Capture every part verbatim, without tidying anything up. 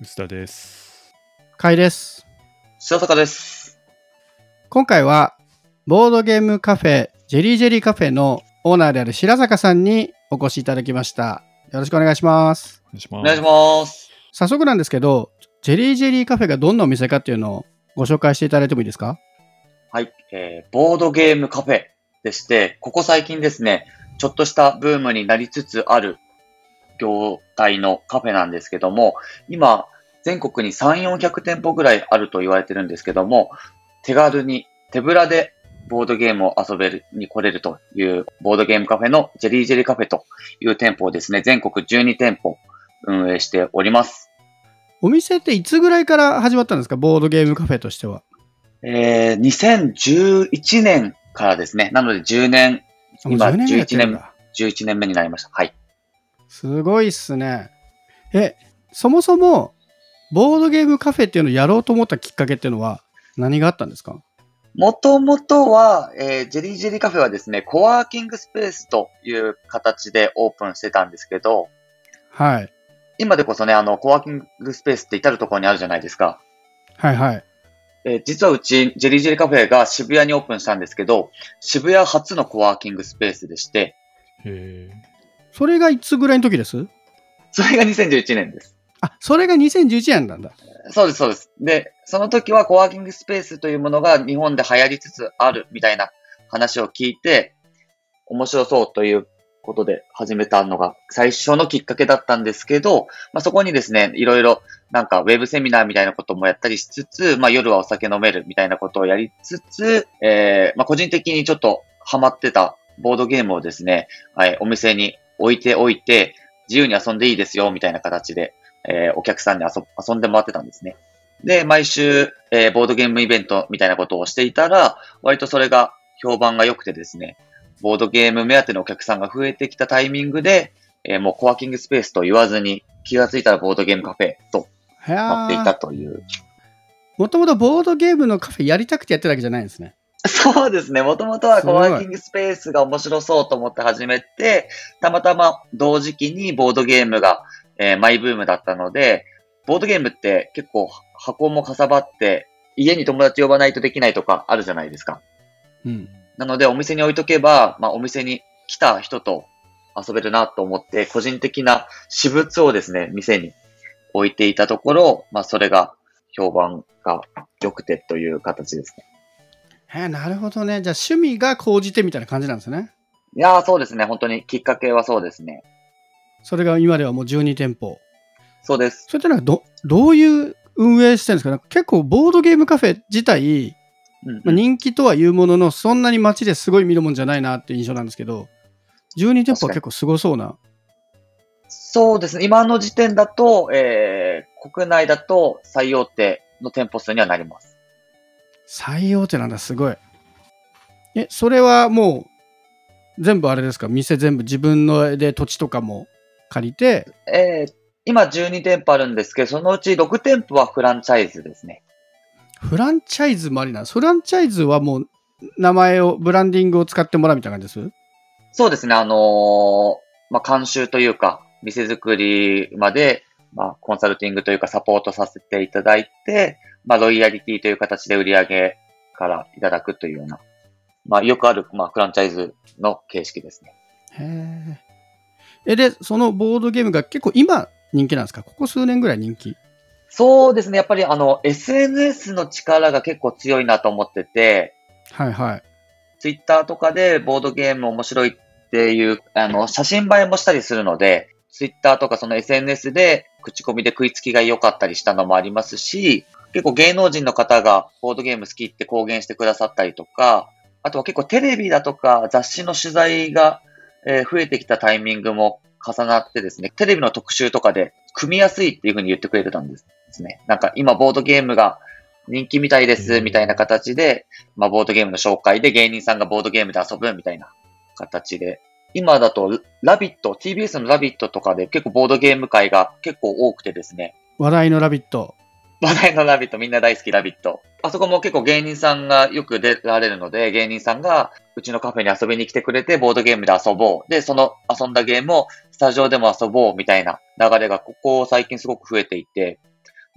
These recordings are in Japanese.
臼田です。 かいです。 白坂です。 今回はボードゲームカフェジェリージェリーカフェのオーナーである白坂さんにお越しいただきました。よろしくお願いします。 お願いします。 お願いします。 早速なんですけど、ジェリージェリーカフェがどんなお店かっていうのをご紹介していただいてもいいですか？ はい、えー、ボードゲームカフェでして、ここ最近ですね、ちょっとしたブームになりつつある業態のカフェなんですけども、今、全国にさんびゃく、よんひゃく店舗ぐらいあると言われてるんですけども、手軽に手ぶらでボードゲームを遊べるに来れるというボードゲームカフェのジェリージェリーカフェという店舗をですね、全国じゅうに店舗運営しております。 お店っていつぐらいから始まったんですか？ボードゲームカフェとしては。 えー、にせんじゅういちねんからですね。なのでじゅうねん、今じゅういちねん、じゅういちねんめになりました。はい。 すごいっすね。え、そもそもボードゲームカフェっていうのをやろうと思ったきっかけっていうのは何があったんですか？ もともとは、えー、ジェリージェリーカフェはですね、コワーキングスペースという形でオープンしてたんですけど、 はい。 今でこそね、あの、コワーキングスペースって至るところにあるじゃないですか。 はいはい。 えー、実はうち、ジェリージェリーカフェが渋谷にオープンしたんですけど、渋谷初のコワーキングスペースでして、 へー。 それがいつぐらいの時です？ それがにせんじゅういちねんです。 あ、それがにせんじゅういちねんなんだ。 そうです、そうです。で、その時はコワーキングスペースというものが日本で流行りつつあるみたいな話を聞いて、面白そうということで始めたのが最初のきっかけだったんですけど、まあ、そこにですね、いろいろなんかウェブセミナーみたいなこともやったりしつつ、まあ、夜はお酒飲めるみたいなことをやりつつ、えー、まあ、個人的にちょっとハマってたボードゲームをですね、はい、お店に置いておいて、自由に遊んでいいですよみたいな形で、えー、お客さんに遊遊んでもらってたんですね。で、毎週、えー、ボードゲームイベントみたいなことをしていたら、割とそれが評判が良くてですね、ボードゲーム目当てのお客さんが増えてきたタイミングで、えー、もうコワーキングスペースと言わずに気がついたらボードゲームカフェとなっていたという。 もともとボードゲームのカフェやりたくてやってるわけじゃないんですね。 そうですね。もともとはコワーキングスペースが面白そうと思って始めて、たまたま同時期にボードゲームが、えー、マイブームだったので、ボードゲームって結構箱もかさばって、家に友達呼ばないとできないとかあるじゃないですか。 うん。 なのでお店に置いとけば、まあお店に来た人と遊べるなと思って、個人的な私物をですね、店に置いていたところ、まあそれが評判が良くてという形ですね。 へえ、なるほどね。じゃあ趣味が高じてみたいな感じなんですね。 いやーそうですね。本当にきっかけはそうですね。 それが今ではもうじゅうに店舗。 そうです。 それってなんかど、どういう運営してるんですか？なんか結構ボードゲームカフェ自体、 うんうん、 まあ、人気とはいうものの、そんなに街ですごい見るもんじゃないなっていう印象なんですけど、じゅうに店舗は結構すごそうな。 そうですね。今の時点だと、えー、国内だと最大手の店舗数にはなります。 最大手なんだ、すごい。え、それはもう全部あれですか？店全部自分ので土地とかも借りて。 えー、今じゅうに店舗あるんですけど、そのうちろく店舗はフランチャイズですね。 フランチャイズもありなんです。フランチャイズはもう名前を、ブランディングを使ってもらうみたいな感じです？ そうですね。あのー、まあ、監修というか、店作りまで、まあ、コンサルティングというかサポートさせていただいて、まあ、ロイヤリティという形で売り上げからいただくというような、まあ、よくある、まあ、フランチャイズの形式ですね。 へえ。で、そのボードゲームが結構今人気なんですか？ここ数年ぐらい人気？ そうですね。やっぱりあの、エスエヌエス の力が結構強いなと思ってて、 はいはい。 ツイッターとかでボードゲーム面白いっていう、あの、写真映えもしたりするので、ツイッターとかその エスエヌエス で口コミで食いつきが良かったりしたのもありますし、結構芸能人の方がボードゲーム好きって公言してくださったりとか、あとは結構テレビだとか雑誌の取材が、えー増えてきたタイミングも重なってですね、テレビの特集とかで組みやすいっていう風に言ってくれてたんですね。なんか今ボードゲームが人気みたいですみたいな形で、まあボードゲームの紹介で芸人さんがボードゲームで遊ぶみたいな形で、今だとラビット、ティービーエス のラビットとかで結構ボードゲーム会が結構多くてですね、 話題のラビット。 話題のラビット、みんな大好きラビット。あそこも結構芸人さんがよく出られるので、芸人さんがうちのカフェに遊びに来てくれて、ボードゲームで遊ぼう。で、その遊んだゲームをスタジオでも遊ぼうみたいな流れがここ最近すごく増えていて、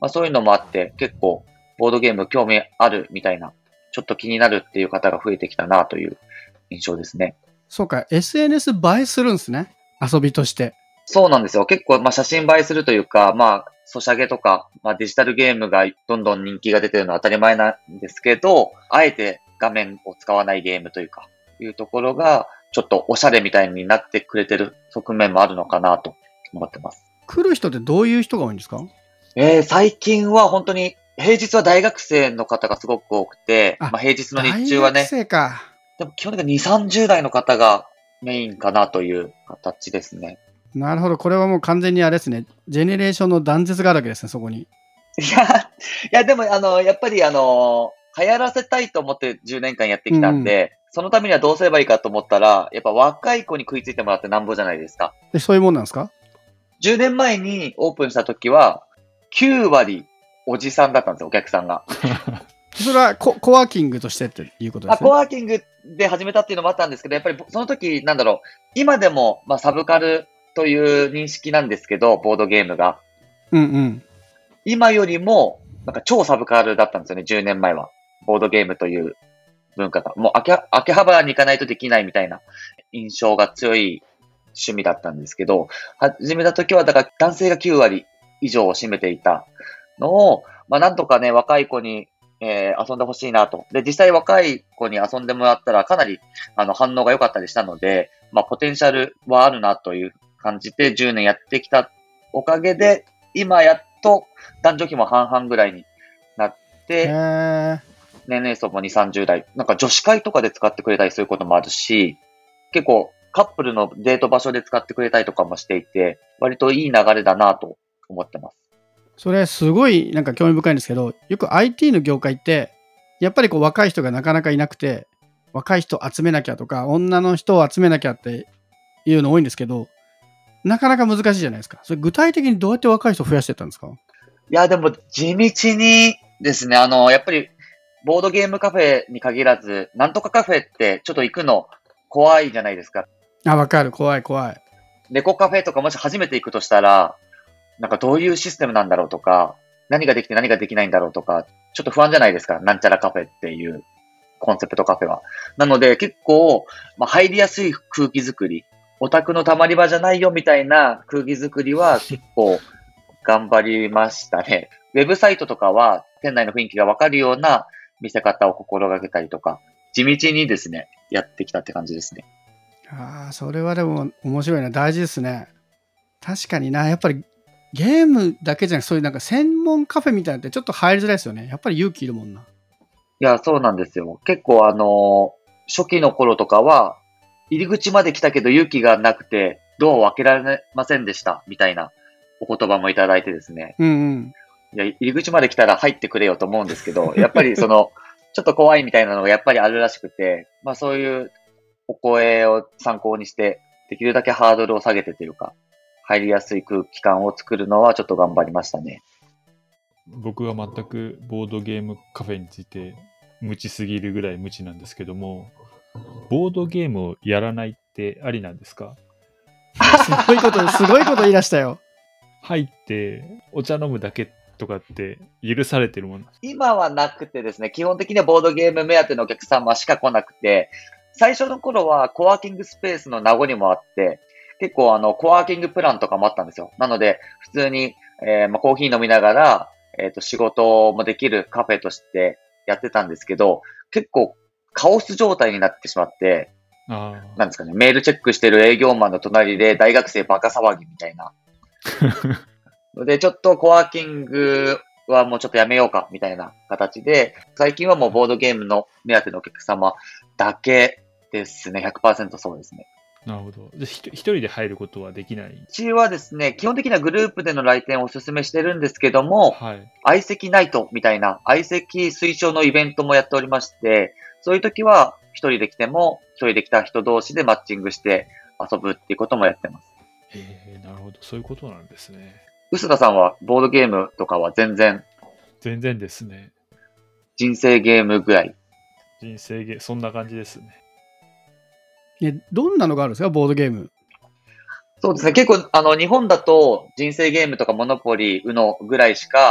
まあそういうのもあって、結構ボードゲーム興味あるみたいな、ちょっと気になるっていう方が増えてきたなという印象ですね。 そうか、エスエヌエス 映えするんですね。遊びとして。 そうなんですよ。結構まあ写真映えするというか、まあソシャゲとか、まあデジタルゲームがどんどん人気が出てるのは当たり前なんですけど、あえて画面を使わないゲームというか、いうところが、ちょっとおしゃれみたいになってくれてる側面もあるのかなと思ってます。 来る人ってどういう人が多いんですか？ えー、最近は本当に、平日は大学生の方がすごく多くて、 あまあ平日の日中は大学ね、 生か。 でも基本的にに、さんじゅう代の方がメインかなという形ですね。 なるほど。これはもう完全にあれですね。ジェネレーションの断絶があるわけですね、そこに。 いや、いやでもあの、やっぱりあの、流行らせたいと思ってじゅうねんかんやってきたんで、そのためにはどうすればいいかと思ったら、やっぱ若い子に食いついてもらってなんぼじゃないですか。 で、そういうもんなんですか？ じゅうねんまえにオープンした時は、きゅうわりおじさんだったんですよ、お客さんが。 それはココワーキングとしてっていうことであ、 すね。 コワーキングで始めたっていうのもあったんですけど、やっぱりその時、なんだろう、今でも、まあ、サブカルという認識なんですけど、ボードゲームが。 うんうん。 今よりも、なんか超サブカルだったんですよね、じゅうねんまえは。ボードゲームという文化が。もう秋葉、秋葉原に行かないとできないみたいな印象が強い趣味だったんですけど、始めた時は、だから男性がきゅうわり以上を占めていたのを、まあなんとかね、若い子に、えー遊んでほしいなと。で、実際若い子に遊んでもらったらかなりあの反応が良かったりしたので、まあポテンシャルはあるなという感じでじゅうねんやってきたおかげで、今やっと男女比も半々ぐらいになっへて、 ー。 年齢層もに、さんじゅう代。なんか女子会とかで使ってくれたりすることもあるし、結構カップルのデート場所で使ってくれたりとかもしていて、割といい流れだなと思ってます。 それすごいなんか興味深いんですけど、よく アイティー の業界ってやっぱりこう若い人がなかなかいなくて、若い人集めなきゃとか女の人を集めなきゃっていうの多いんですけど、なかなか難しいじゃないですか。それ具体的にどうやって若い人増やしていったんですか？ いや、でも地道にですね、あの、やっぱりボードゲームカフェに限らず、なんとかカフェってちょっと行くの怖いじゃないですか。 あ、わかる。怖い怖い。 猫カフェとかもし初めて行くとしたら、なんかどういうシステムなんだろうとか、何ができて何ができないんだろうとか、ちょっと不安じゃないですか。なんちゃらカフェっていうコンセプトカフェは。なので結構、まあ、入りやすい空気作り、オタクの溜まり場じゃないよみたいな空気作りは結構頑張りましたね。ウェブサイトとかは店内の雰囲気がわかるような見せ方を心がけたりとか、地道にですね、やってきたって感じですね。 ああ、それはでも面白いな。大事ですね。確かにな。やっぱりゲームだけじゃなくて、そういうなんか専門カフェみたいなのってちょっと入りづらいですよね。やっぱり勇気いるもんな。 いや、そうなんですよ。結構あのー初期の頃とかは、入り口まで来たけど勇気がなくて、ドアを開けられませんでした、みたいなお言葉もいただいてですね。 うんうん。 いや、入り口まで来たら入ってくれよと思うんですけど、やっぱりその、ちょっと怖いみたいなのがやっぱりあるらしくて、まあそういうお声を参考にして、できるだけハードルを下げてというか、入りやすい空気感を作るのはちょっと頑張りましたね。 僕は全くボードゲームカフェについて無知すぎるぐらい無知なんですけども、ボードゲームをやらないってありなんですか？ すごいこと、すごいこと言い出したよ。 入ってお茶飲むだけとかって許されてるもんなんですか？ 今はなくてですね、基本的にはボードゲーム目当てのお客様しか来なくて、最初の頃はコワーキングスペースの名残もあって、結構あの、コワーキングプランとかもあったんですよ。なので、普通に、えーまあ、コーヒー飲みながら、えっと、仕事もできるカフェとしてやってたんですけど、結構カオス状態になってしまって、 あなんですかね、メールチェックしてる営業マンの隣で大学生バカ騒ぎみたいな。ので、ちょっとコワーキングはもうちょっとやめようか、みたいな形で、最近はもうボードゲームの目当てのお客様だけですね。ひゃくパーセントそうですね。 あ、なるほど。じゃあひと一人で入ることはできない？ うちはですね、基本的にはグループでの来店をお勧めしてるんですけども、 はい。 相席ナイトみたいな、相席推奨のイベントもやっておりまして、そういう時は一人で来ても、一人で来た人同士でマッチングして遊ぶっていうこともやってます。 へえ、なるほど。そういうことなんですね。 臼田さんはボードゲームとかは全然全然ですね。 人生ゲームぐらい。 人生ゲー、そんな感じですね。 ね、どんなのがあるんですか、ボードゲーム。 そうですね。結構、あの、日本だと人生ゲームとかモノポリー、ウノぐらいしか、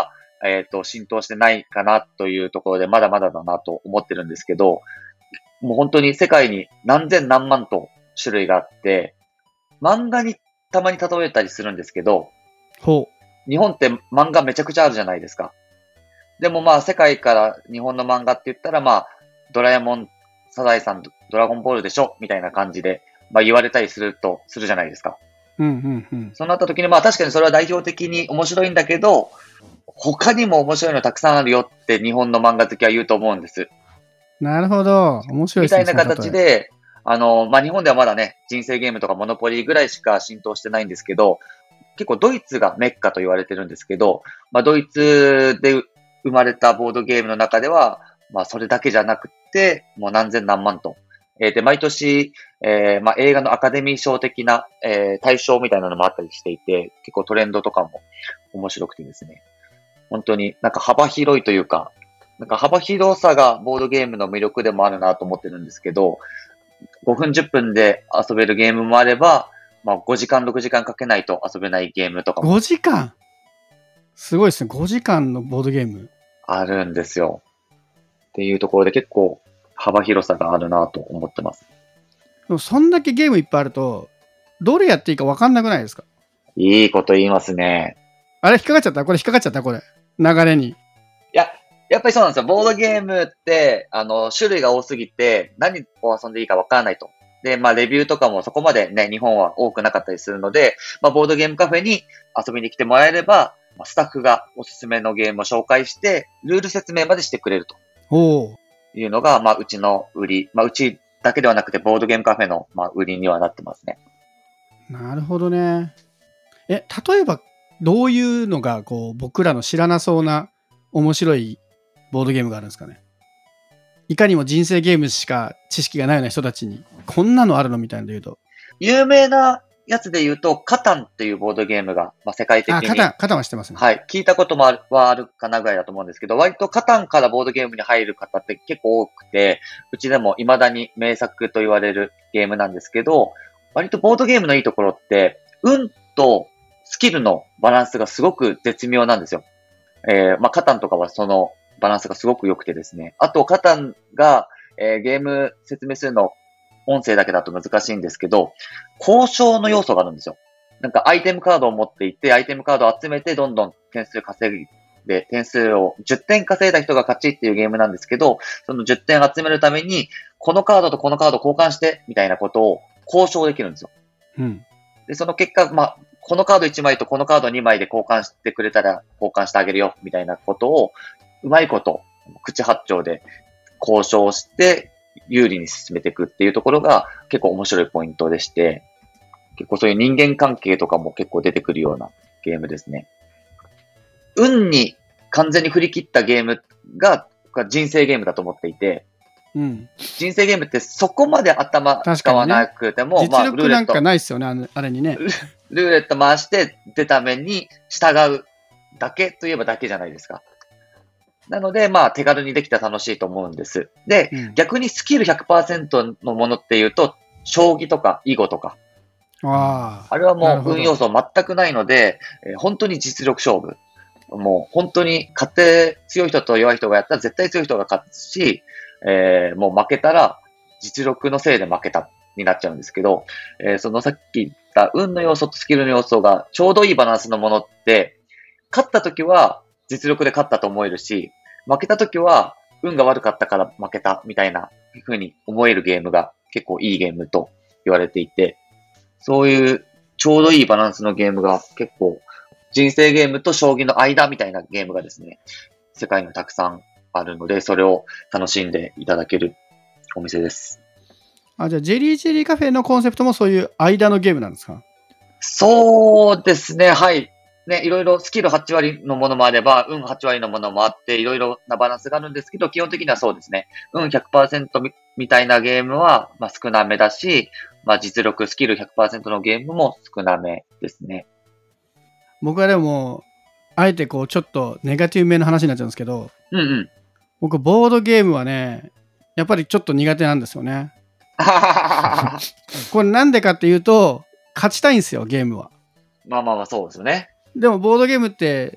えっと、浸透してないかなというところで、まだまだだなと思ってるんですけど、もう本当に世界に何千何万と種類があって、漫画にたまに例えたりするんですけど、 ほ日本って漫画めちゃくちゃあるじゃないですか。でもまあ世界から日本の漫画って言ったらまあ、ドラえもん、サザエさん、ドラゴンボールでしょみたいな感じで、まあ言われたりすると、するじゃないですか。 う。うんうんうん。 そうなった時にまあ確かにそれは代表的に面白いんだけど、他にも面白いのたくさんあるよって日本の漫画好きは言うと思うんです。 なるほど。面白いですね。 みたいな形その例え。 で、あの、まあ、日本ではまだね、人生ゲームとかモノポリーぐらいしか浸透してないんですけど、結構ドイツがメッカと言われてるんですけど、まあ、ドイツで生まれたボードゲームの中では、まあ、それだけじゃなくて、もう何千何万と。えーで、毎年、えーまあ、映画のアカデミー賞的な、えー対象みたいなのもあったりしていて、結構トレンドとかも面白くてですね。本当になんか幅広いというか、なんか幅広さがボードゲームの魅力でもあるなと思ってるんですけど、ごふんじゅっぷんで遊べるゲームもあれば、まあごじかんろくじかんかけないと遊べないゲームとかもごじかんすごいですね。ごじかんのボードゲーム。 あるんですよ。っていうところで結構幅広さがあるなと思ってます。 でもそんだけゲームいっぱいあると、どれやっていいか分かんなくないですか？ いいこと言いますね。 あれ引っかかっちゃったこれ引っかかっちゃったこれ。流れに。 いや、やっぱりそうなんですよ。ボードゲームって、あの、種類が多すぎて、何を遊んでいいかわからないと。で、まあ、レビューとかもそこまでね、日本は多くなかったりするので、まあ、ボードゲームカフェに遊びに来てもらえれば、まあスタッフがおすすめのゲームを紹介して、ルール説明までしてくれるとおお。 いうのが、まあ、うちの売り。まあ、うちだけではなくて、ボードゲームカフェの、まあ、売りにはなってますね。 なるほどね。え、例えばどういうのがこう僕らの知らなそうな面白いボードゲームがあるんですかね？いかにも人生ゲームしか知識がないような人たちにこんなのあるのみたいなので言うと。 有名なやつで言うと、カタンっていうボードゲームが、まあ、世界的あ、 に。 カタン、カタンは知ってますね。 はい。聞いたこともあるはあるかなぐらいだと思うんですけど、割とカタンからボードゲームに入る方って結構多くて、うちでも未だに名作と言われるゲームなんですけど、割とボードゲームのいいところって、運とスキルのバランスがすごく絶妙なんですよ。えー、まあ、カタンとかはそのバランスがすごく良くてですね。あと、カタンが、えーゲーム説明するの、音声だけだと難しいんですけど、交渉の要素があるんですよ。なんかアイテムカードを持っていて、アイテムカードを集めてどんどん点数稼いで、点数をじゅってん稼いだ人が勝ちっていうゲームなんですけど、そのじゅってん集めるために、このカードとこのカード交換して、みたいなことを交渉できるんですよ。 うん。 で、その結果、まあ、このカードいちまいとこのカードにまいで交換してくれたら交換してあげるよ、みたいなことを、うまいこと、口八丁で交渉して、有利に進めていくっていうところが結構面白いポイントでして、結構そういう人間関係とかも結構出てくるようなゲームですね。運に完全に振り切ったゲームが人生ゲームだと思っていて、 うん。 人生ゲームってそこまで頭使わなくても、 実まあ、ルー力なんレット、 かないっすよね、あのあれにね。 ルーレット回して出た目に従うだけといえばだけじゃないですか。なので、まあ、手軽にできたら楽しいと思うんです。で、 うん逆にスキルひゃくパーセントのものっていうと、将棋とか囲碁とか、 ああ。 あれはもうなるほど運要素全くないので、えー本当に実力勝負。もう本当に勝って強い人と弱い人がやったら絶対強い人が勝つし、えーもう負けたら実力のせいで負けたになっちゃうんですけど、えーそのさっき言った運の要素とスキルの要素がちょうどいいバランスのものって、勝った時は実力で勝ったと思えるし、負けた時は運が悪かったから負けたみたいな風に思えるゲームが結構いいゲームと言われていて、そういうちょうどいいバランスのゲームが結構人生ゲームと将棋の間みたいなゲームがですね、世界にはたくさんあるので、それを楽しんでいただけるお店です。 あ、じゃあ、ジェリージェリーカフェのコンセプトもそういう間のゲームなんですか？ そうですね、はい。ね、いろいろスキルはち割のものもあれば、運はち割のものもあって、いろいろなバランスがあるんですけど、基本的にはそうですね。運ひゃくパーセント み, みたいなゲームは、まあ、少なめだし、まあ、実力、スキル ひゃくパーセント のゲームも少なめですね。 僕はでも、あえてこう、ちょっとネガティブめの話になっちゃうんですけど、 うんうん。 僕、ボードゲームはね、やっぱりちょっと苦手なんですよね。これなんでかっていうと、勝ちたいんですよ、ゲームは。 まあまあまあ、そうですよね。 でも、ボードゲームって、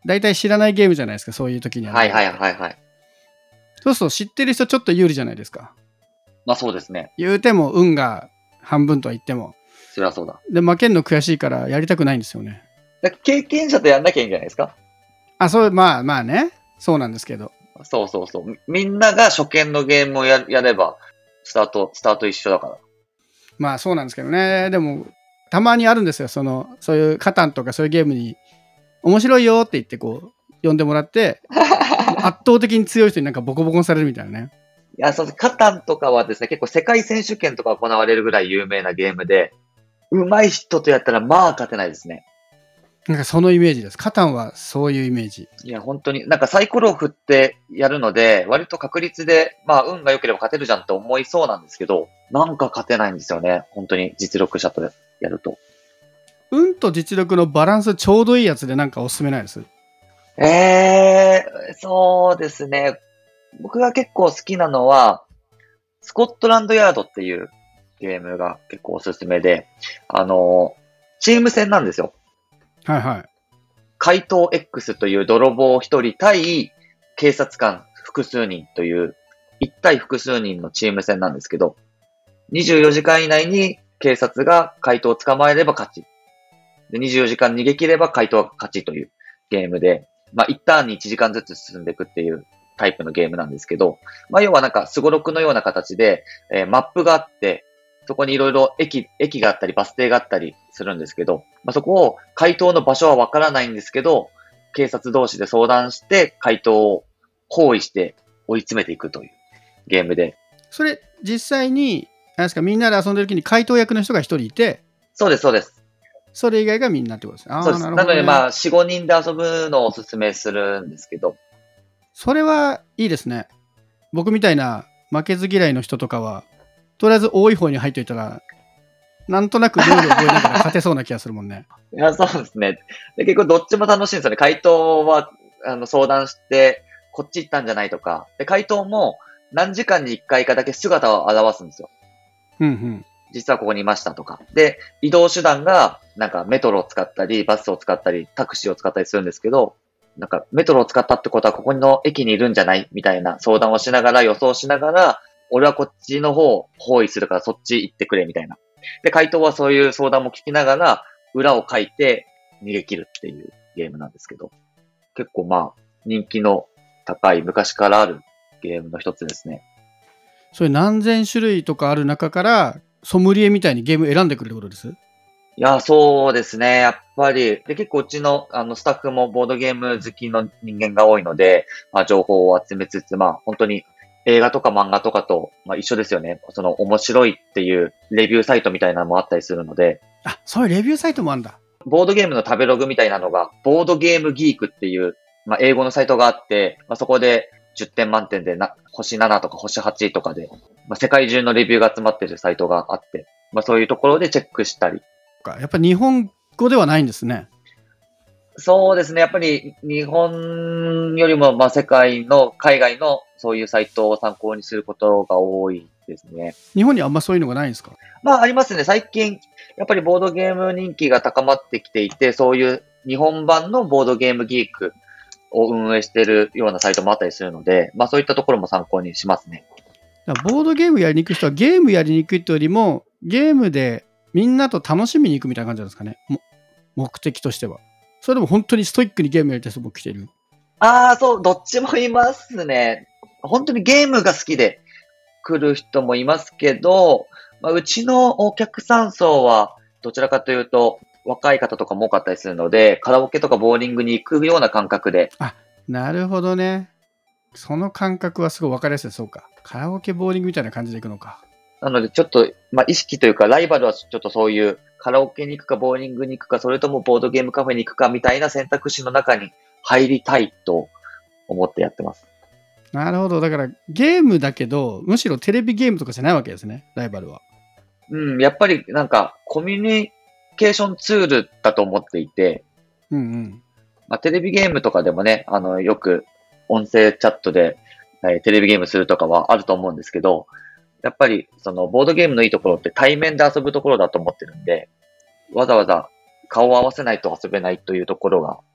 大体知らないゲームじゃないですか、そういう時には、ね。 はいはいはいはい。 そうすると知ってる人ちょっと有利じゃないですか。 まあそうですね。 言うても運が半分とは言っても。 そりゃそうだ。 で、負けんの悔しいからやりたくないんですよね。 だから経験者とやんなきゃいいんじゃないですか。 あ、そう、まあまあね。そうなんですけど。 そうそうそう。みみんなが初見のゲームをややれば、スタート、スタート一緒だから。 まあそうなんですけどね。でも、たまにあるんですよ。その、そういうカタンとかそういうゲームに、面白いよって言ってこう、呼んでもらって、圧倒的に強い人になんかボコボコにされるみたいなね。 いや、そう、カタンとかはですね、結構世界選手権とか行われるぐらい有名なゲームで、上手い人とやったらまあ勝てないですね。 なんかそのイメージです。カタンはそういうイメージ。 いや、本当に、なんかサイコロを振ってやるので、割と確率で、まあ運が良ければ勝てるじゃんって思いそうなんですけど、なんか勝てないんですよね。本当に実力者とやると。 運と実力のバランスちょうどいいやつでなんかおすすめないです？ えー、そうですね。僕が結構好きなのは、スコットランドヤードっていうゲームが結構おすすめで、あの、チーム戦なんですよ。 はいはい。 怪盗 X という泥棒一人対警察官複数人という一対複数人のチーム戦なんですけど、にじゅうよじかん以内に警察が怪盗を捕まえれば勝ち。で、にじゅうよじかん逃げ切れば怪盗が勝ちというゲームで、まあ、いちターンにいちじかんずつ進んでいくっていうタイプのゲームなんですけど、まあ、要はなんか、スゴロクのような形で、えーマップがあって、そこにいろいろ駅、駅があったり、バス停があったりするんですけど、まあ、そこを、怪盗の場所はわからないんですけど、警察同士で相談して、怪盗を包囲して追い詰めていくというゲームで。 それ実際にあれですか、みんなで遊んでる時に怪盗役の人が一人いて、 そうです、そうです。 それ以外がみんなってことですね。ああ、 そうです。 なるほど、ね。 なので、まあ、よん、ごにんで遊ぶのをおすすめするんですけど、 それはいいですね。僕みたいな負けず嫌いの人とかは、とりあえず多い方に入っといたら、なんとなくルール覚えながら勝てそうな気がするもんね。 いや、そうですね。で、結構どっちも楽しいんですよね。回答は、あの、相談して、こっち行ったんじゃないとか。で、回答も何時間にいっかいかだけ姿を現すんですよ。 うんうん。 実はここにいましたとか。で、移動手段が、なんかメトロを使ったり、バスを使ったり、タクシーを使ったりするんですけど、なんかメトロを使ったってことはここの駅にいるんじゃないみたいな相談をしながら、予想しながら、俺はこっちの方を包囲するからそっち行ってくれみたいな。で、回答はそういう相談も聞きながら、裏を書いて逃げ切るっていうゲームなんですけど、結構まあ、人気の高い昔からあるゲームの一つですね。 それ何千種類とかある中から、ソムリエみたいにゲーム選んでくるってことです？ いや、そうですね。やっぱり、で、結構うちの、あの、スタッフもボードゲーム好きの人間が多いので、まあ、情報を集めつつ、まあ、本当に映画とか漫画とかと、まあ、一緒ですよね。その、面白いっていうレビューサイトみたいなのもあったりするので、 あ、そういうレビューサイトもあるんだ。 ボードゲームの食べログみたいなのが、ボードゲームギークっていう、まあ、英語のサイトがあって、まあ、そこでじゅってん満点でな、星ななとか星はちとかで、まあ、世界中のレビューが集まってるサイトがあって、まあ、そういうところでチェックしたり。 やっぱり日本語ではないんですね。 そうですね。やっぱり日本よりも、まあ、世界の、海外のそういうサイトを参考にすることが多いですね。 日本にあんまそういうのがないんですか？ まあ、ありますね。最近、やっぱりボードゲーム人気が高まってきていて、そういう日本版のボードゲームギークを運営しているようなサイトもあったりするので、まあそういったところも参考にしますね。 だからボードゲームやりに行く人はゲームやりに行くってよりも、ゲームでみんなと楽しみに行くみたいな感じなんですかね。も目的としては。それでも本当にストイックにゲームやりたい人も来てる。 ああ、そう、どっちもいますね。本当にゲームが好きで来る人もいますけど、まあ、うちのお客さん層はどちらかというと若い方とかも多かったりするので、カラオケとかボーリングに行くような感覚で。 あ、なるほどね。その感覚はすごい分かりやすい。そうか。カラオケボーリングみたいな感じで行くのか。 なのでちょっと、まあ、意識というかライバルはちょっとそういうカラオケに行くかボーリングに行くか、それともボードゲームカフェに行くかみたいな選択肢の中に入りたいと思ってやってます。 なるほど。だからゲームだけど、むしろテレビゲームとかじゃないわけですね。ライバルは。 うん、やっぱりなんかコミュニケーションツールだと思っていて、 うんうん。 まあ、テレビゲームとかでもね、あの、よく音声チャットで、えーテレビゲームするとかはあると思うんですけど、やっぱりそのボードゲームのいいところって対面で遊ぶところだと思ってるんで、わざわざ顔を合わせないと遊べないというところが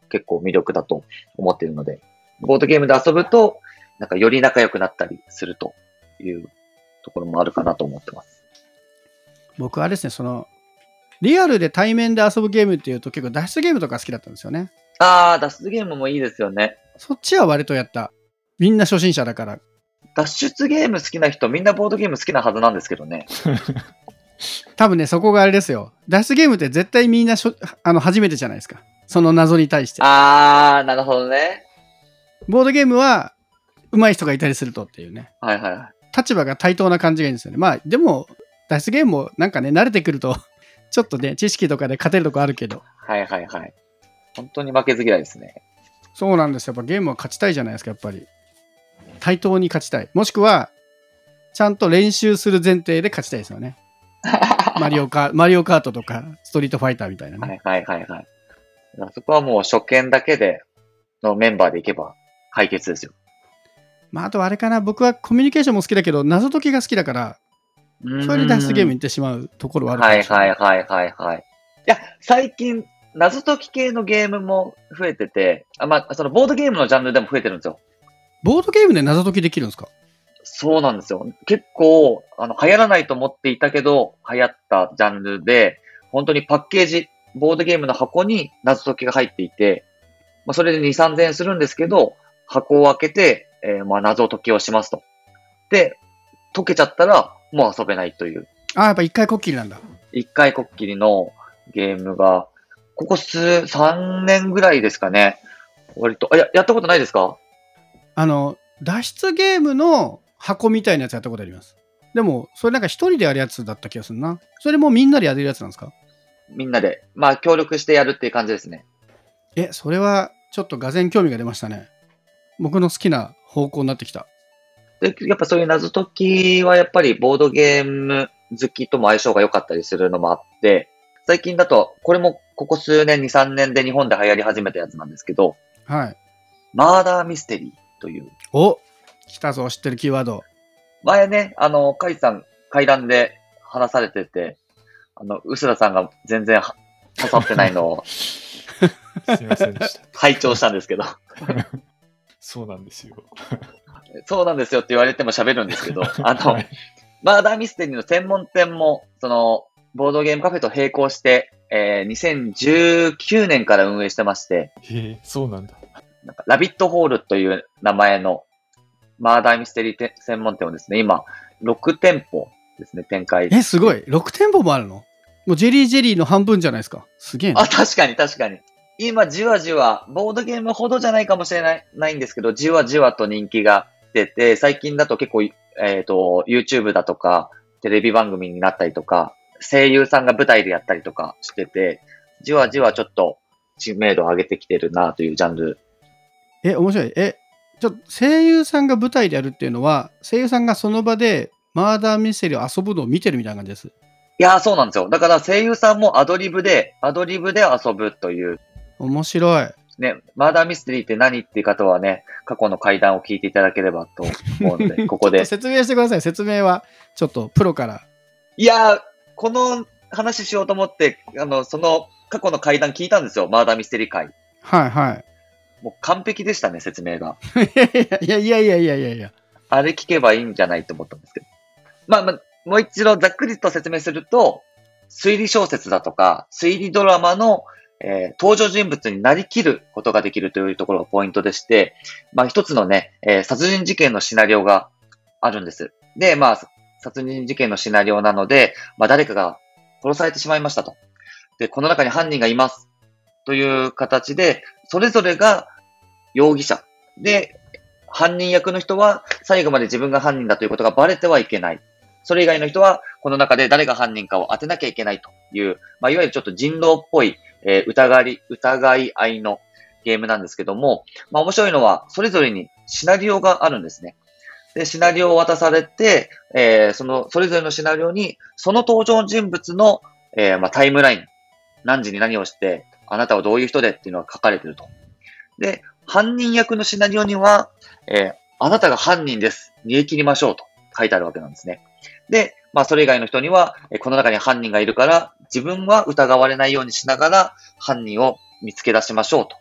結構魅力だと思っているので、ボードゲームで遊ぶと、なんかより仲良くなったりするというところもあるかなと思ってます。 僕はですね、その、リアルで対面で遊ぶゲームっていうと結構脱出ゲームとか好きだったんですよね。 あー、脱出ゲームもいいですよね。 そっちは割とやった。みんな初心者だから。 脱出ゲーム好きな人、みんなボードゲーム好きなはずなんですけどね。 多分ね、そこがあれですよ。脱出ゲームって絶対みんなしょあの初めてじゃないですか。その謎に対して。 あー、なるほどね。 ボードゲームは上手い人がいたりするとっていうね。 はいはいはい。 立場が対等な感じがいいんですよね。まあでも脱出ゲームもなんかね慣れてくるとちょっとね知識とかで勝てるとこあるけど。 はいはいはい。本当に負けず嫌いですね。 そうなんですよ。やっぱゲームは勝ちたいじゃないですか、やっぱり。対等に勝ちたい。もしくは、ちゃんと練習する前提で勝ちたいですよね。マリオカ、マリオカートとか、ストリートファイターみたいなね。 はいはいはいはい。そこはもう初見だけでのメンバーでいけば解決ですよ。 まあ、あとはあれかな、僕はコミュニケーションも好きだけど、謎解きが好きだから、それで脱出ゲームに行ってしまうところはあるかもしれない。 はいはいはいはいはい。いや、最近、謎解き系のゲームも増えてて、あまあ、そのボードゲームのジャンルでも増えてるんですよ。 ボードゲームで謎解きできるんですか？ そうなんですよ。結構、あの、流行らないと思っていたけど、流行ったジャンルで、本当にパッケージ、ボードゲームの箱に謎解きが入っていて、まあ、それでに、さんぜんえんするんですけど、箱を開けて、えー、まあ、謎解きをしますと。で、解けちゃったら、もう遊べないという。 ああ、やっぱ一回こっきりなんだ。 一回こっきりのゲームが、ここ数、さんねんぐらいですかね。割と、あ、や、やったことないですか？ あの、脱出ゲームの箱みたいなやつやったことあります。でも、それなんか一人でやるやつだった気がするな。それもみんなでやれるやつなんですか？ みんなで、まあ、協力してやるっていう感じですね。 え、それはちょっとがぜん興味が出ましたね。僕の好きな方向になってきた。 で、やっぱそういう謎解きはやっぱりボードゲーム好きとも相性が良かったりするのもあって、最近だと、これもここ数年、に、さんねんで日本で流行り始めたやつなんですけど、 はい。 マーダーミステリーという。 お、来たぞ、知ってるキーワード。 前ね、あの、カイさん、階段で話されてて、あの、うすらさんが全然は刺さってないのをすいませんでした。 拝聴したんですけど、 そうなんですよ。 そうなんですよって言われても喋るんですけど、あの、 はいマーダーミステリーの専門店も、その、ボードゲームカフェと並行して、えー、にせんじゅうきゅうねんから運営してまして、 へえ、そうなんだ。 なんかラビットホールという名前のマーダーミステリーて専門店をですね、今、ろく店舗ですね、展開。 え、すごい。ろく店舗もあるの？もうジェリージェリーの半分じゃないですか。すげえな。 あ、確かに確かに。今、じわじわ、ボードゲームほどじゃないかもしれない、ないんですけど、じわじわと人気が出て、最近だと結構、えっと、YouTube だとか、テレビ番組になったりとか、声優さんが舞台でやったりとかしてて、じわじわちょっと知名度を上げてきてるなというジャンル。 え、面白い。え、ちょっと声優さんが舞台でやるっていうのは、声優さんがその場でマーダーミステリーを遊ぶのを見てるみたいな感じです。 いやー、そうなんですよ。だから声優さんもアドリブで、アドリブで遊ぶという。 面白い。 ね、マーダーミステリーって何っていう方はね、過去の回談を聞いていただければと思うので、ここで。 説明してください。説明はちょっとプロから。 いやー、この話しようと思って、あの、その過去の回談聞いたんですよ。マーダーミステリー回。 はいはい。 もう完璧でしたね、説明が。 いやいやいやいやいやいや。 あれ聞けばいいんじゃないと思ったんですけど。まあまあ、もう一度ざっくりと説明すると、推理小説だとか、推理ドラマの、えー登場人物になりきることができるというところがポイントでして、まあ一つのね、えー殺人事件のシナリオがあるんです。で、まあ、殺人事件のシナリオなので、まあ誰かが殺されてしまいましたと。で、この中に犯人がいます。という形で、それぞれが容疑者。で、犯人役の人は最後まで自分が犯人だということがバレてはいけない。それ以外の人は、この中で誰が犯人かを当てなきゃいけないという、まあ、いわゆるちょっと人狼っぽい、えー疑い、疑い合いのゲームなんですけども、まあ、面白いのは、それぞれにシナリオがあるんですね。で、シナリオを渡されて、えーその、それぞれのシナリオに、その登場人物の、えーまあ、タイムライン、何時に何をして、あなたはどういう人でっていうのが書かれていると。で、犯人役のシナリオには、えーあなたが犯人です。逃げ切りましょうと書いてあるわけなんですね。で、まあ、それ以外の人には、えーこの中に犯人がいるから、自分は疑われないようにしながら、犯人を見つけ出しましょうと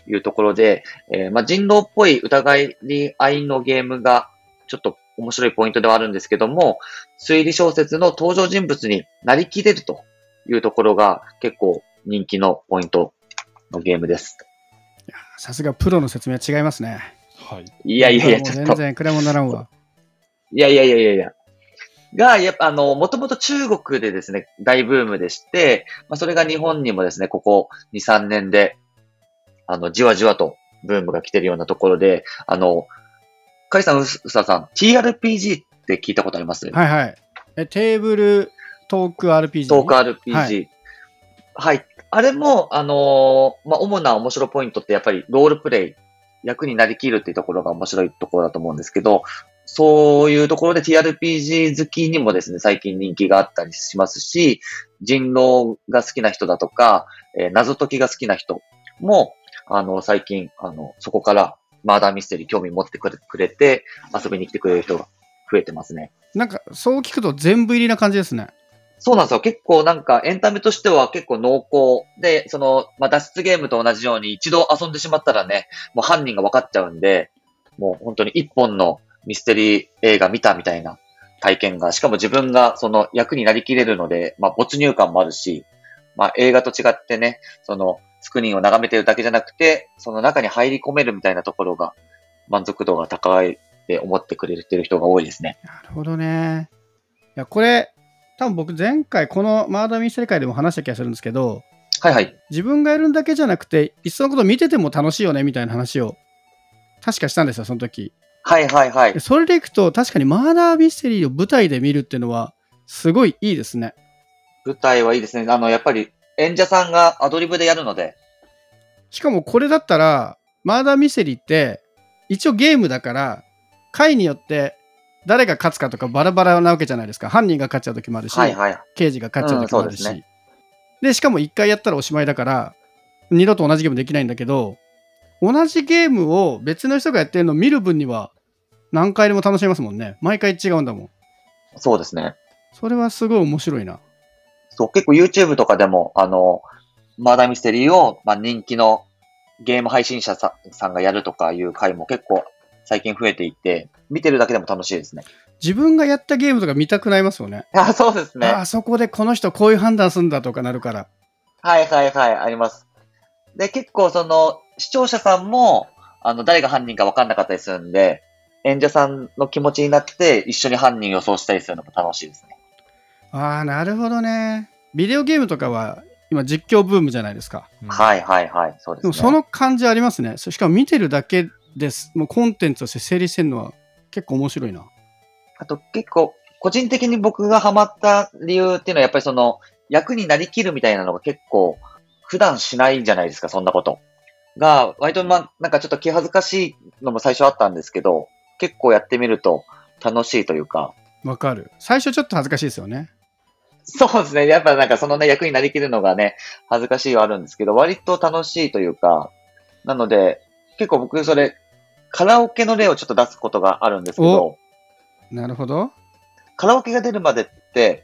いうところで、えーまあ、人狼っぽい疑い合いのゲームがちょっと面白いポイントではあるんですけども、推理小説の登場人物になりきれるというところが結構人気のポイントのゲームです。 さすがプロの説明は違いますね。 はい。 いやいやいや、ちょっと。 全然くれもならんわ。 いやいやいやいやいや。が、やっぱあの、もともと中国でですね、大ブームでして、まあ、それが日本にもですね、ここに、さんねんで、あの、じわじわとブームが来てるようなところで、あの、カイさん、うささん、ティーアールピージー って聞いたことあります？ はいはい。え、テーブルトーク アールピージー？ トーク アールピージー。はい。はい、あれも、あのー、まあ、主な面白ポイントってやっぱりロールプレイ、役になりきるっていうところが面白いところだと思うんですけど、そういうところで ティーアールピージー 好きにもですね、最近人気があったりしますし、人狼が好きな人だとか、えー、謎解きが好きな人も、あの、最近、あの、そこからマーダーミステリー興味持ってくれくれて、遊びに来てくれる人が増えてますね。 なんか、そう聞くと全部入りな感じですね。 そうなんですよ。結構なんかエンタメとしては結構濃厚で、その、まあ、脱出ゲームと同じように一度遊んでしまったらね、もう犯人が分かっちゃうんで、もう本当に一本のミステリー映画見たみたいな体験が、しかも自分がその役になりきれるので、まあ、没入感もあるし、まあ、映画と違ってね、そのスクリーンを眺めてるだけじゃなくて、その中に入り込めるみたいなところが満足度が高いって思ってくれてる人が多いですね。 なるほどね。いや、これ、多分僕前回このマーダーミステリー会でも話した気がするんですけど、 はいはい。 自分がやるだけじゃなくて、いっそのこと見てても楽しいよねみたいな話を確かしたんですよ、その時。 はいはいはい。 それでいくと、確かにマーダーミステリーを舞台で見るっていうのは、すごいいいですね。 舞台はいいですね。あの、やっぱり演者さんがアドリブでやるので。 しかもこれだったら、マーダーミステリーって、一応ゲームだから、回によって誰が勝つかとかバラバラなわけじゃないですか。犯人が勝っちゃう時もあるし、 はいはい。 刑事が勝っちゃう時もあるし。 うん、そうですね。 で、しかもいっかいやったらおしまいだから、二度と同じゲームできないんだけど、同じゲームを別の人がやってるのを見る分には、何回でも楽しめますもんね。毎回違うんだもん。 そうですね。 それはすごい面白いな。 そう、結構 YouTube とかでも、あの、マーダーミステリーを、まあ、人気のゲーム配信者さんがやるとかいう回も結構最近増えていて、見てるだけでも楽しいですね。 自分がやったゲームとか見たくなりますよね。 あ、そうですね。 あそこでこの人こういう判断するんだとかなるから。 はいはいはい、あります。で、結構その、視聴者さんも、あの、誰が犯人か分かんなかったりするんで、演者さんの気持ちになって一緒に犯人予想したりするのも楽しいですね。 ああ、なるほどね。ビデオゲームとかは今実況ブームじゃないですか。 うん、はいはいはい、そうですね。 でもその感じありますね。しかも見てるだけです。もうコンテンツとして成立してるのは結構面白いな。 あと結構、個人的に僕がハマった理由っていうのはやっぱりその、役になりきるみたいなのが結構、普段しないじゃないですか、そんなこと。が、割とまあ、なんかちょっと気恥ずかしいのも最初あったんですけど、結構やってみると楽しいというか。 わかる。最初ちょっと恥ずかしいですよね。 そうですね。やっぱなんかそのね、役になりきるのがね、恥ずかしいはあるんですけど、割と楽しいというか、なので、結構僕それ、カラオケの例をちょっと出すことがあるんですけど、 なるほど。 カラオケが出るまでって、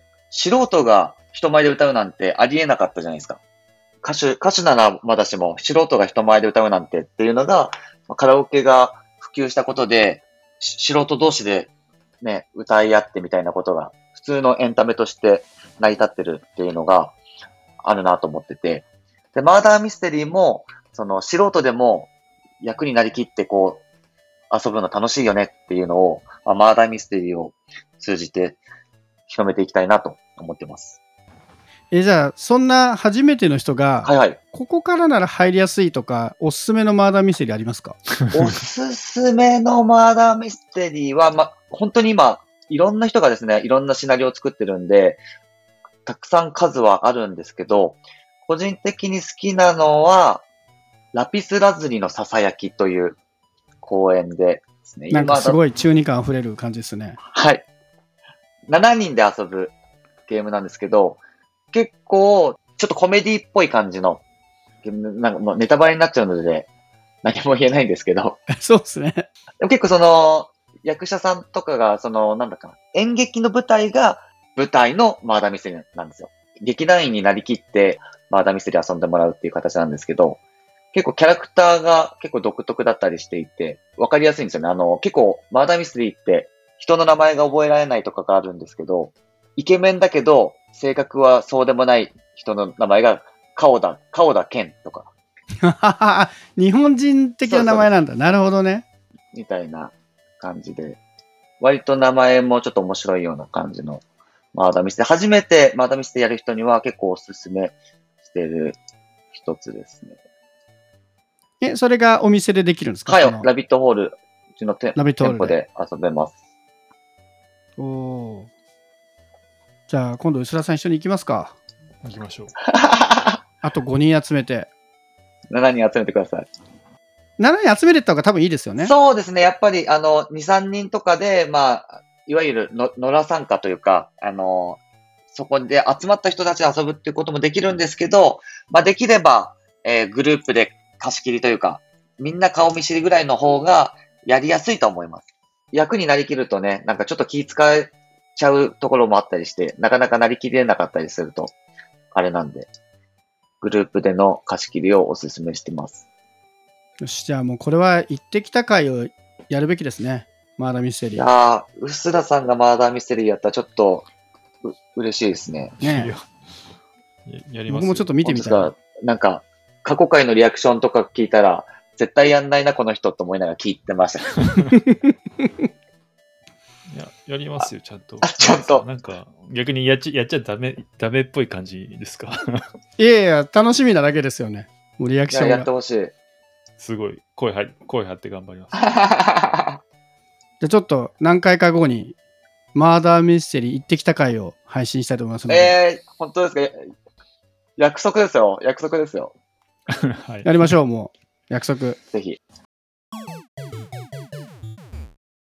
素人が人前で歌うなんてありえなかったじゃないですか。歌手、歌手ならまだしも、素人が人前で歌うなんてっていうのが、カラオケが普及したことで、素人同士でね、歌い合ってみたいなことが、普通のエンタメとして成り立ってるっていうのがあるなと思ってて。で、マーダーミステリーも、その素人でも役になりきってこう、遊ぶの楽しいよねっていうのを、まあ、マーダーミステリーを通じて広めていきたいなと思ってます。 え、じゃあ、そんな初めての人が、 はいはい。 ここからなら入りやすいとか、おすすめのマーダーミステリーありますか？ おすすめのマーダーミステリーは、ま、本当に今、いろんな人がですね、いろんなシナリオを作ってるんで、たくさん数はあるんですけど、個人的に好きなのは、ラピスラズリのささやきという公演でですね。 なんかすごい中二感あふれる感じですね。 はい。しちにんで遊ぶゲームなんですけど、結構、ちょっとコメディっぽい感じのゲーム、なんかもうネタバレになっちゃうので、何も言えないんですけど。 そうですね。 でも結構その、役者さんとかが、その、なんだかな、演劇の舞台が舞台のマーダーミステリーなんですよ。劇団員になりきってマーダーミステリー遊んでもらうっていう形なんですけど、 結構キャラクターが結構独特だったりしていて、わかりやすいんですよね。あの、結構、マーダーミステリーって人の名前が覚えられないとかがあるんですけど、イケメンだけど、性格はそうでもない人の名前が、顔田、顔田健とか、 日本人的な名前なんだ。なるほどね。 みたいな感じで、割と名前もちょっと面白いような感じのマーダーミステリー。初めてマーダーミステリーやる人には結構おすすめしてる一つですね。 え、それがお店でできるんですか？ はい、 そのラビットホール、うちの店ラビットホールで店舗で遊べます。 おお。じゃあ今度、薄田さん一緒に行きますか。 行きましょう。 あとごにん集めて。 しちにん集めてください。 しちにん集めてった方が多分いいですよね。 そうですね。やっぱり、あの、に、さんにんとかで、まあ、いわゆるの、野良参加というか、あの、そこで集まった人たちで遊ぶっていうこともできるんですけど、まあ、できれば、えーグループで貸し切りというか、みんな顔見知りぐらいの方がやりやすいと思います。役になりきるとね、なんかちょっと気使っちゃうところもあったりして、なかなかなりきれなかったりすると、あれなんで、グループでの貸し切りをお勧めしてます。 よし、じゃあもうこれは行ってきた回をやるべきですね。マーダーミステいリー。 やー、薄田さんがマーダーミステリーやったらちょっと、う、嬉しいですね。 いやねややりますよ。 僕もちょっと見てみたいな本当です。か？なんか、過去回のリアクションとか聞いたら、絶対やんないな、この人と思いながら聞いてました。 いや、やりますよ、ちゃんと。 あちゃんとなんか、逆にやっちゃやっちゃダメ、ダメっぽい感じですか？ いやいや、楽しみなだけですよね。もうリアクいや、 ションが。 やってほしい。 すごい、声張声張って頑張ります。 じゃあちょっと何回か後に、マーダーミステリー行ってきた回を配信したいと思いますので、 えー、本当ですか？約束ですよ。約束ですよ。 はいやりましょう、もう。約束。 ぜひ。